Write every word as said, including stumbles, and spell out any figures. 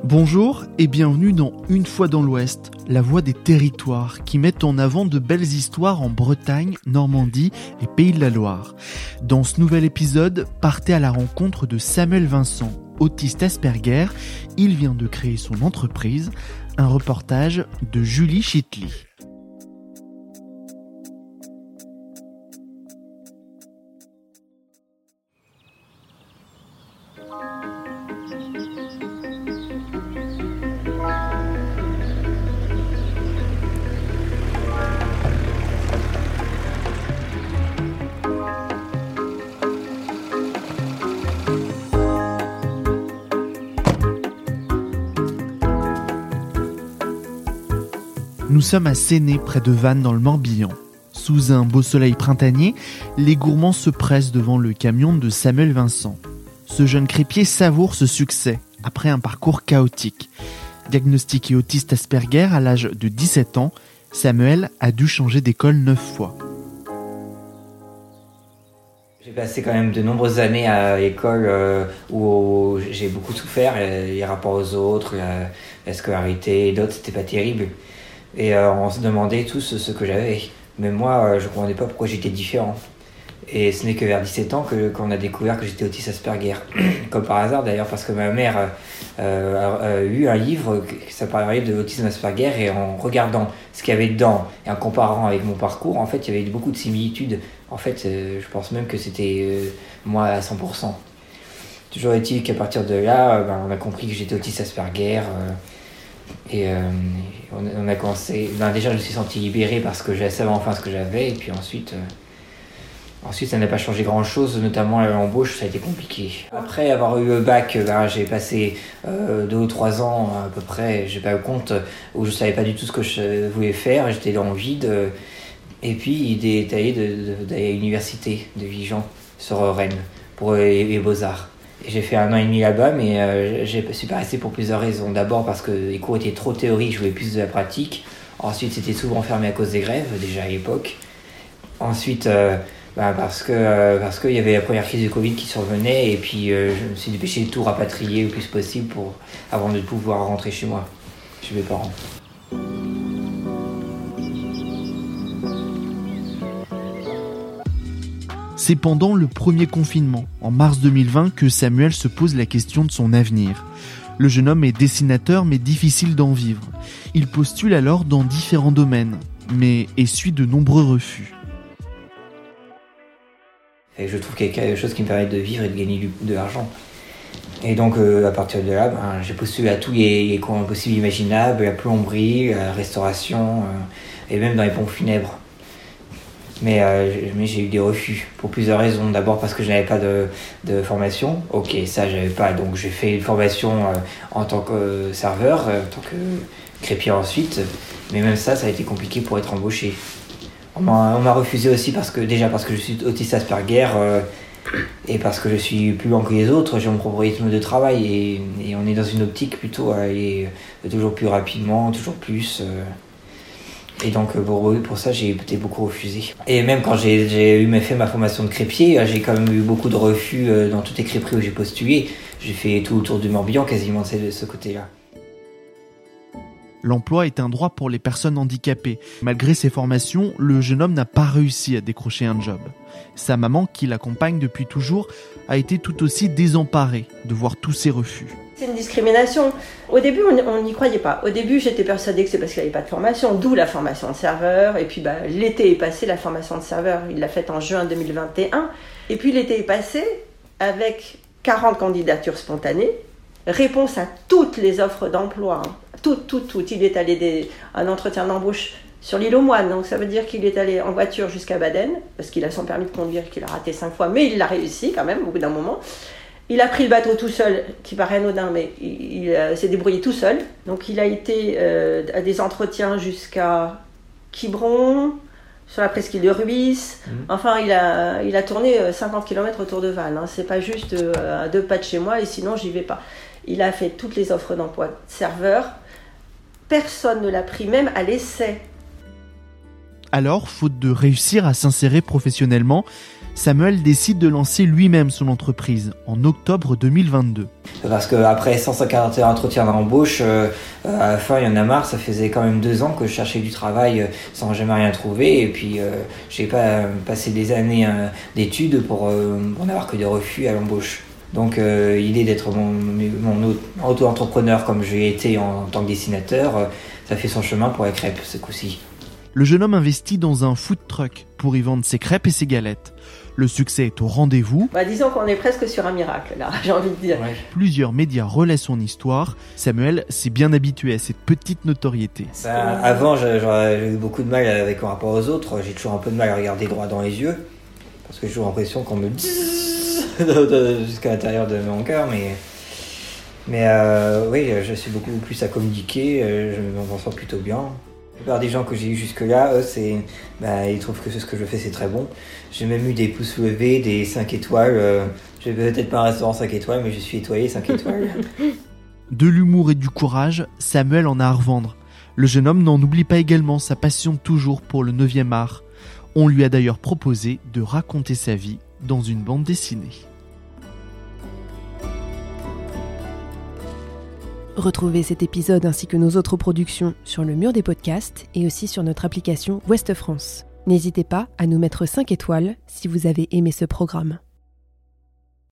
Bonjour et bienvenue dans Une fois dans l'Ouest, la voix des territoires qui mettent en avant de belles histoires en Bretagne, Normandie et Pays de la Loire. Dans ce nouvel épisode, partez à la rencontre de Samuel Vincent, autiste Asperger. Il vient de créer son entreprise. Un reportage de Julie Chitli. Nous sommes à Séné, près de Vannes, dans le Morbihan. Sous un beau soleil printanier, les gourmands se pressent devant le camion de Samuel Vincent. Ce jeune crépier savoure ce succès, après un parcours chaotique. Diagnostiqué autiste Asperger à l'âge de dix-sept ans, Samuel a dû changer d'école neuf fois. J'ai passé quand même de nombreuses années à l'école euh, où j'ai beaucoup souffert, les rapports aux autres, la, la scolarité et d'autres, c'était pas terrible. Et euh, on se demandait tous ce que j'avais. Mais moi, euh, je ne comprenais pas pourquoi j'étais différent. Et ce n'est que vers dix-sept ans que, qu'on a découvert que j'étais autiste Asperger. Comme par hasard d'ailleurs, parce que ma mère euh, a, a eu un livre qui s'appelait de l'autisme Asperger, et en regardant ce qu'il y avait dedans et en comparant avec mon parcours, en fait, il y avait beaucoup de similitudes. En fait, euh, je pense même que c'était euh, moi à cent pour cent. Toujours est-il qu'à partir de là, euh, ben, on a compris que j'étais autiste Asperger. Euh, Et euh, on, on a commencé. Ben déjà, je me suis senti libéré parce que je savais enfin ce que j'avais. Et puis ensuite, euh, ensuite, ça n'a pas changé grand-chose, notamment à l'embauche, ça a été compliqué. Après avoir eu le bac, ben, j'ai passé euh, deux ou trois ans à peu près, j'ai pas eu compte, où je savais pas du tout ce que je voulais faire. J'étais dans le vide. Et puis, il est allé de, de, d'aller à l'université de Vigan, sur Rennes, pour les, les beaux-arts. J'ai fait un an et demi là-bas, mais euh, je ne suis pas resté pour plusieurs raisons. D'abord parce que les cours étaient trop théoriques, je voulais plus de la pratique. Ensuite, c'était souvent fermé à cause des grèves, déjà à l'époque. Ensuite, euh, bah, parce que euh, parce qu'il y avait la première crise du Covid qui survenait, et puis euh, je me suis dépêché de tout rapatrier le plus possible pour, avant de pouvoir rentrer chez moi, chez mes parents. C'est pendant le premier confinement, en mars deux mille vingt, que Samuel se pose la question de son avenir. Le jeune homme est dessinateur, mais difficile d'en vivre. Il postule alors dans différents domaines, mais essuie de nombreux refus. Et je trouve qu'il y a quelque chose qui me permet de vivre et de gagner de l'argent. Et donc, euh, à partir de là, ben, j'ai postulé à tous les, les cours possibles imaginables, la plomberie, la restauration, euh, et même dans les pompes funèbres. Mais, euh, mais j'ai eu des refus pour plusieurs raisons. D'abord parce que je n'avais pas de, de formation. Ok, ça j'avais pas, donc j'ai fait une formation euh, en tant que euh, serveur, euh, en tant que crépier ensuite. Mais même ça, ça a été compliqué pour être embauché. On m'a, on m'a refusé aussi parce que déjà parce que je suis autiste Asperger euh, et parce que je suis plus lent que les autres. J'ai mon propre rythme de travail et, et on est dans une optique plutôt à aller toujours plus rapidement, toujours plus. Euh, Et donc pour, pour ça, j'ai été beaucoup refusé. Et même quand j'ai, j'ai eu fait ma formation de crépier, j'ai quand même eu beaucoup de refus dans toutes les crêperies où j'ai postulé. J'ai fait tout autour du Morbihan, quasiment de ce côté-là. L'emploi est un droit pour les personnes handicapées. Malgré ses formations, le jeune homme n'a pas réussi à décrocher un job. Sa maman, qui l'accompagne depuis toujours, a été tout aussi désemparée de voir tous ces refus. C'est une discrimination. Au début, on n'y croyait pas. Au début, j'étais persuadée que c'est parce qu'il n'y avait pas de formation, d'où la formation de serveur. Et puis, bah, l'été est passé, la formation de serveur, il l'a faite en juin deux mille vingt et un. Et puis, l'été est passé avec quarante candidatures spontanées, réponse à toutes les offres d'emploi, hein. Toutes, toutes, toutes. Il est allé des, un entretien d'embauche sur l'île aux Moines, donc ça veut dire qu'il est allé en voiture jusqu'à Baden, parce qu'il a son permis de conduire, qu'il a raté cinq fois, mais il l'a réussi quand même, au bout d'un moment. Il a pris le bateau tout seul, qui paraît anodin, mais il, il euh, s'est débrouillé tout seul. Donc il a été euh, à des entretiens jusqu'à Quiberon, sur la presqu'île de Rhuys. Mmh. Enfin, il a, il a tourné cinquante kilomètres autour de Vannes. Hein. C'est pas juste euh, à deux pas de chez moi, et sinon j'y vais pas. Il a fait toutes les offres d'emploi de serveur. Personne ne l'a pris, même à l'essai. Alors, faute de réussir à s'insérer professionnellement, Samuel décide de lancer lui-même son entreprise en octobre deux mille vingt-deux. Parce qu'après cent cinquante entretiens d'embauche, euh, à la fin il y en a marre, ça faisait quand même deux ans que je cherchais du travail euh, sans jamais rien trouver. Et puis euh, j'ai pas euh, passé des années euh, d'études pour, euh, pour n'avoir que des refus à l'embauche. Donc euh, l'idée d'être mon, mon auto-entrepreneur comme j'ai été en, en tant que dessinateur, euh, ça fait son chemin pour les crêpes ce coup-ci. Le jeune homme investit dans un food truck pour y vendre ses crêpes et ses galettes. Le succès est au rendez-vous. Bah, disons qu'on est presque sur un miracle, là, j'ai envie de dire. Ouais. Plusieurs médias relaient son histoire. Samuel s'est bien habitué à cette petite notoriété. Bah, avant, j'avais eu beaucoup de mal avec mon rapport aux autres. J'ai toujours un peu de mal à regarder droit dans les yeux. Parce que j'ai toujours l'impression qu'on me jusqu'à l'intérieur de mon cœur. Mais, mais euh, oui, je suis beaucoup plus à communiquer. Je m'en sors plutôt bien. La plupart des gens que j'ai eu jusque-là, eux, c'est, bah, ils trouvent que ce que je fais, c'est très bon. J'ai même eu des pouces levés, des cinq étoiles. Euh, je vais peut-être pas un restaurant cinq étoiles, mais je suis étoilé cinq étoiles. De l'humour et du courage, Samuel en a à revendre. Le jeune homme n'en oublie pas également sa passion toujours pour le neuvième art. On lui a d'ailleurs proposé de raconter sa vie dans une bande dessinée. Retrouvez cet épisode ainsi que nos autres productions sur le mur des podcasts et aussi sur notre application Ouest France. N'hésitez pas à nous mettre cinq étoiles si vous avez aimé ce programme.